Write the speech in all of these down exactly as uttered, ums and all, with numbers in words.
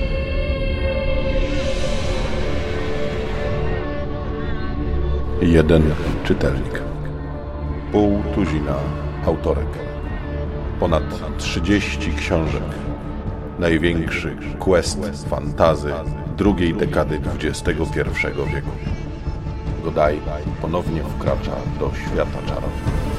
Jeden czytelnik, pół tuzina autorek, ponad trzydzieści książek, największy quest fantazy drugiej dekady dwudziestego pierwszego wieku. Godaj ponownie wkracza do świata czarów.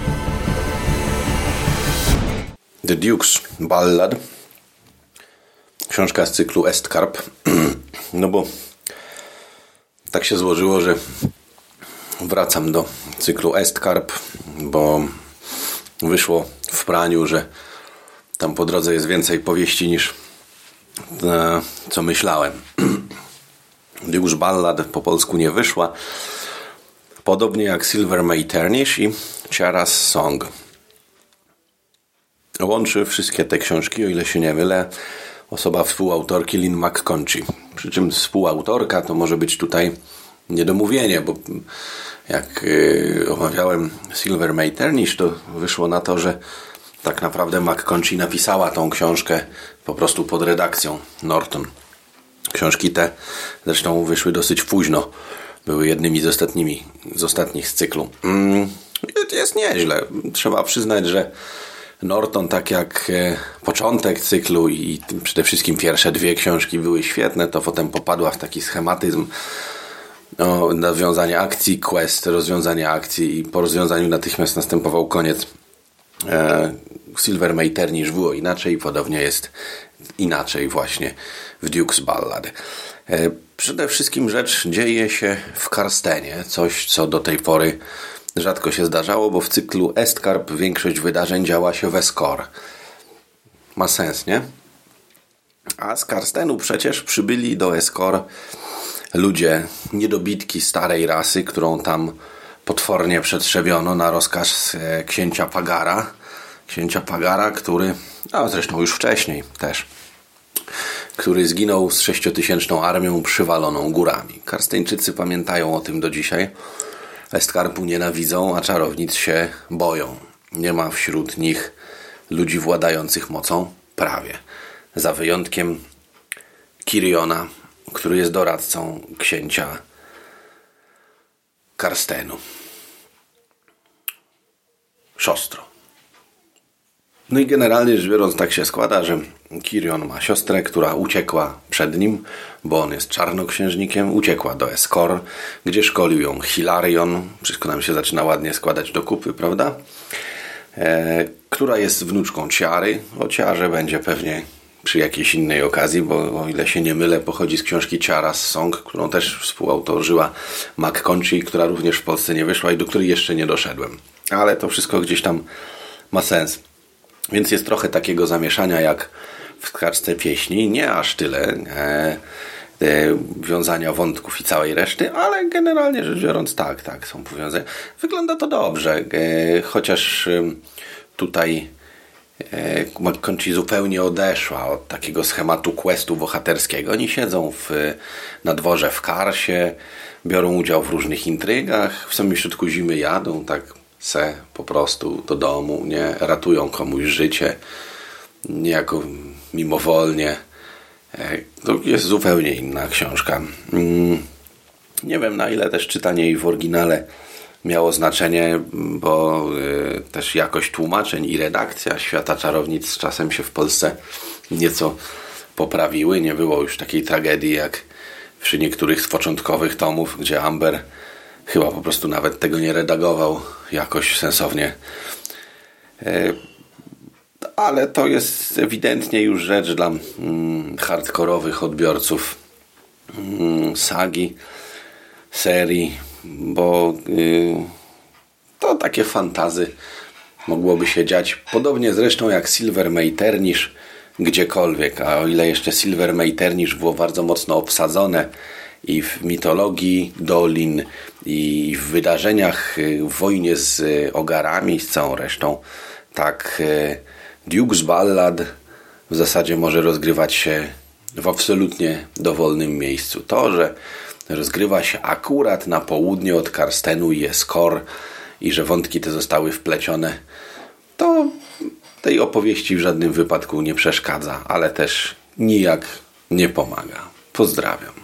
The Duke's Ballad, książka z cyklu Estcarp. No bo tak się złożyło, że wracam do cyklu Estcarp, bo wyszło w praniu, że tam po drodze jest więcej powieści niż e, co myślałem. Duke's Ballad po polsku nie wyszła, podobnie jak Silver May Tarnish i Ciara's Song. Łączy wszystkie te książki, o ile się nie mylę, osoba współautorki Lynn McConchie. Przy czym współautorka to może być tutaj niedomówienie, bo jak yy, omawiałem Silver May Tarnish, to wyszło na to, że tak naprawdę McConchie napisała tą książkę po prostu pod redakcją Norton. Książki te zresztą wyszły dosyć późno. Były jednymi z ostatnimi, z ostatnich z cyklu. Mm, jest nieźle. Trzeba przyznać, że Norton, tak jak e, początek cyklu i przede wszystkim pierwsze dwie książki były świetne, to potem popadła w taki schematyzm o nawiązanie akcji, quest, rozwiązanie akcji i po rozwiązaniu natychmiast następował koniec. E, Silver May Tarnish było inaczej, podobnie jest inaczej właśnie w Duke's Ballad. E, przede wszystkim rzecz dzieje się w Karstenie, coś co do tej pory rzadko się zdarzało, bo w cyklu Estcarp większość wydarzeń działa się w Escor. Ma sens, nie? A z Karstenu przecież przybyli do Escor ludzie, niedobitki starej rasy, którą tam potwornie przetrzebiono na rozkaz księcia Pagara. Księcia Pagara, który, a zresztą już wcześniej też, który zginął z sześciotysięczną armią przywaloną górami. Karsteńczycy pamiętają o tym do dzisiaj. Estcarpu nienawidzą, a czarownic się boją. Nie ma wśród nich ludzi władających mocą prawie. Za wyjątkiem Kiriona, który jest doradcą księcia Karstenu. Siostro. No i generalnie rzecz biorąc tak się składa, że Kirion ma siostrę, która uciekła przed nim, bo on jest czarnoksiężnikiem, uciekła do Escor, gdzie szkolił ją Hilarion, wszystko nam się zaczyna ładnie składać do kupy, prawda? E, która jest wnuczką Ciary, o Ciarze będzie pewnie przy jakiejś innej okazji, bo o ile się nie mylę, pochodzi z książki Ciara's Song, którą też współautorzyła McConchie, która również w Polsce nie wyszła i do której jeszcze nie doszedłem. Ale to wszystko gdzieś tam ma sens. Więc jest trochę takiego zamieszania jak w Skaczce Pieśni. Nie aż tyle e, e, wiązania wątków i całej reszty, ale generalnie rzecz biorąc tak, tak, są powiązania. Wygląda to dobrze, e, chociaż e, tutaj e, McConchie zupełnie odeszła od takiego schematu questu bohaterskiego. Oni siedzą w, na dworze w Karsie, biorą udział w różnych intrygach, w samym środku zimy jadą, tak se po prostu do domu, nie ratują komuś życie, niejako mimowolnie. To jest zupełnie inna książka. Nie wiem, na ile też czytanie jej w oryginale miało znaczenie, bo też jakość tłumaczeń i redakcja Świata Czarownic z czasem się w Polsce nieco poprawiły. Nie było już takiej tragedii jak przy niektórych z początkowych tomów, gdzie Amber chyba po prostu nawet tego nie redagował jakoś sensownie. Ale to jest ewidentnie już rzecz dla mm, hardkorowych odbiorców mm, sagi, serii, bo yy, to takie fantazy mogłoby się dziać. Podobnie zresztą jak Silver May Tarnish gdziekolwiek, a o ile jeszcze Silver May Tarnish było bardzo mocno obsadzone i w mitologii dolin, i w wydarzeniach w wojnie z ogarami, z całą resztą, tak Duke's Ballad w zasadzie może rozgrywać się w absolutnie dowolnym miejscu. To, że rozgrywa się akurat na południe od Karstenu i Escor i że wątki te zostały wplecione, to tej opowieści w żadnym wypadku nie przeszkadza, ale też nijak nie pomaga. Pozdrawiam.